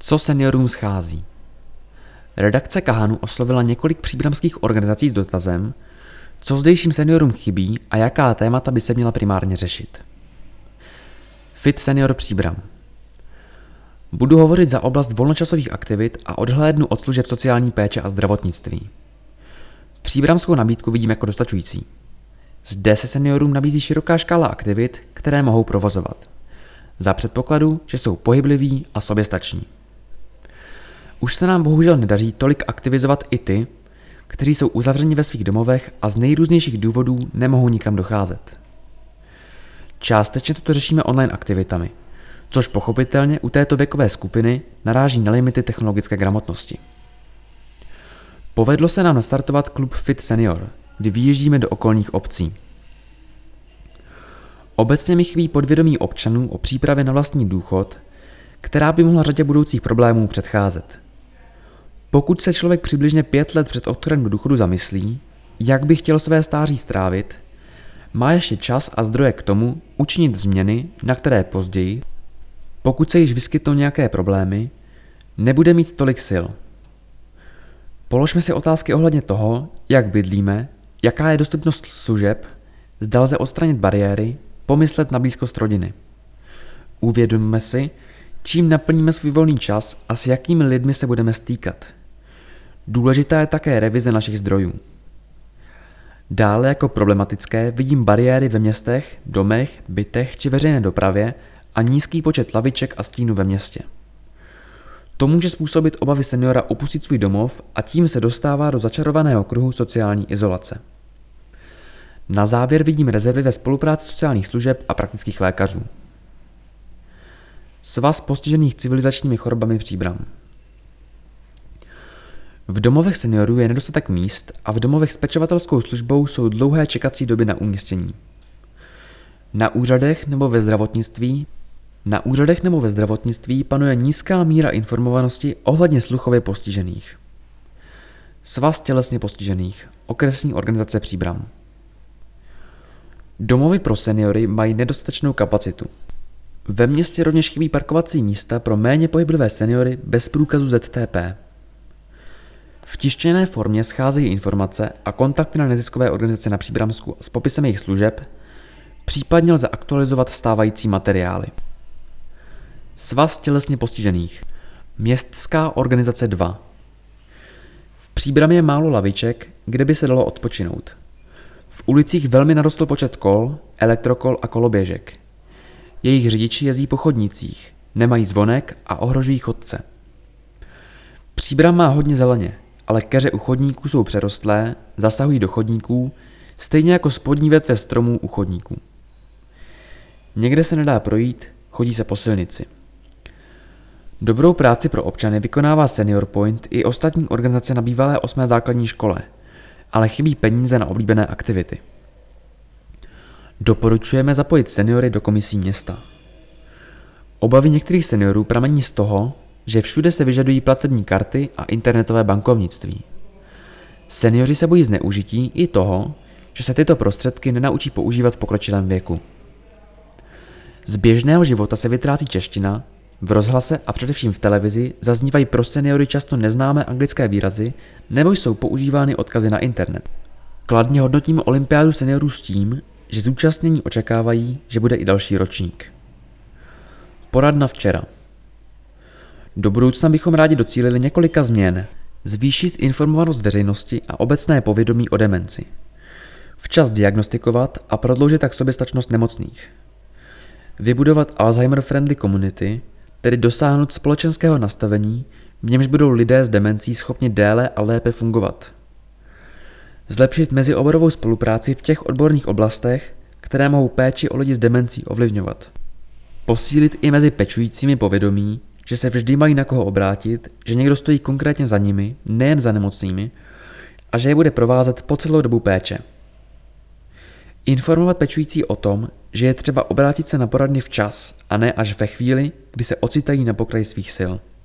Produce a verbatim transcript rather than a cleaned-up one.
Co seniorům schází? Redakce Kahanu oslovila několik příbramských organizací s dotazem, co zdejším seniorům chybí a jaká témata by se měla primárně řešit. Fit Senior Příbram. Budu hovořit za oblast volnočasových aktivit a odhlédnu od služeb sociální péče a zdravotnictví. Příbramskou nabídku vidím jako dostačující. Zde se seniorům nabízí široká škála aktivit, které mohou provozovat. Za předpokladu, že jsou pohybliví a soběstační. Už se nám bohužel nedaří tolik aktivizovat i ty, kteří jsou uzavřeni ve svých domovech a z nejrůznějších důvodů nemohou nikam docházet. Částečně toto řešíme online aktivitami, což pochopitelně u této věkové skupiny naráží na limity technologické gramotnosti. Povedlo se nám nastartovat klub Fit Senior, kdy vyjíždíme do okolních obcí. Obecně mi chybí podvědomí občanů o přípravě na vlastní důchod, která by mohla řadě budoucích problémů předcházet. Pokud se člověk přibližně pět let před odchodem do důchodu zamyslí, jak by chtěl své stáří strávit, má ještě čas a zdroje k tomu učinit změny, na které později, pokud se již vyskytnou nějaké problémy, nebude mít tolik sil. Položme si otázky ohledně toho, jak bydlíme, jaká je dostupnost služeb, zda lze odstranit bariéry, pomyslet na blízkost rodiny. Uvědomme si, čím naplníme svůj volný čas a s jakými lidmi se budeme stýkat. Důležitá je také revize našich zdrojů. Dále jako problematické vidím bariéry ve městech, domech, bytech či veřejné dopravě a nízký počet laviček a stínů ve městě. To může způsobit obavy seniora opustit svůj domov a tím se dostává do začarovaného kruhu sociální izolace. Na závěr vidím rezervy ve spolupráci sociálních služeb a praktických lékařů. Svaz postižených civilizačními chorobami Příbram. V domovech seniorů je nedostatek míst a v domovech s pečovatelskou službou jsou dlouhé čekací doby na umístění. Na úřadech nebo ve zdravotnictví Na úřadech nebo ve zdravotnictví panuje nízká míra informovanosti ohledně sluchově postižených. Svaz tělesně postižených, okresní organizace Příbram. Domovy pro seniory mají nedostatečnou kapacitu. Ve městě rovněž chybí parkovací místa pro méně pohyblivé seniory bez průkazu Z T P. V tištěné formě scházejí informace a kontakty na neziskové organizace na Příbramsku s popisem jejich služeb, případně lze aktualizovat stávající materiály. Svaz tělesně postižených. Městská organizace dva. V Příbramě je málo laviček, kde by se dalo odpočinout. V ulicích velmi narostl počet kol, elektrokol a koloběžek. Jejich řidiči jezdí po chodnících, nemají zvonek a ohrožují chodce. Příbram má hodně zeleně, ale keře u chodníků jsou přerostlé, zasahují do chodníků, stejně jako spodní větve stromů u chodníků. Někde se nedá projít, chodí se po silnici. Dobrou práci pro občany vykonává Senior Point i ostatní organizace na bývalé osmé základní škole, ale chybí peníze na oblíbené aktivity. Doporučujeme zapojit seniory do komisí města. Obavy některých seniorů pramení z toho, že všude se vyžadují platební karty a internetové bankovnictví. Seniori se bojí zneužití i toho, že se tyto prostředky nenaučí používat v pokročilém věku. Z běžného života se vytrácí čeština, v rozhlase a především v televizi zaznívají pro seniory často neznámé anglické výrazy nebo jsou používány odkazy na internet. Kladně hodnotíme olympiádu seniorů s tím, že zúčastnění očekávají, že bude i další ročník. Poradna včera. Do budoucna bychom rádi docílili několika změn. Zvýšit informovanost veřejnosti a obecné povědomí o demenci. Včas diagnostikovat a prodloužit tak soběstačnost nemocných. Vybudovat Alzheimer-friendly community, tedy dosáhnout společenského nastavení, v němž budou lidé s demencí schopni déle a lépe fungovat. Zlepšit mezioborovou spolupráci v těch odborných oblastech, které mohou péči o lidi s demencí ovlivňovat. Posílit i mezi pečujícími povědomí, že se vždy mají na koho obrátit, že někdo stojí konkrétně za nimi, nejen za nemocnými, a že je bude provázet po celou dobu péče. Informovat pečující o tom, že je třeba obrátit se na poradny včas a ne až ve chvíli, kdy se ocitají na pokraji svých sil.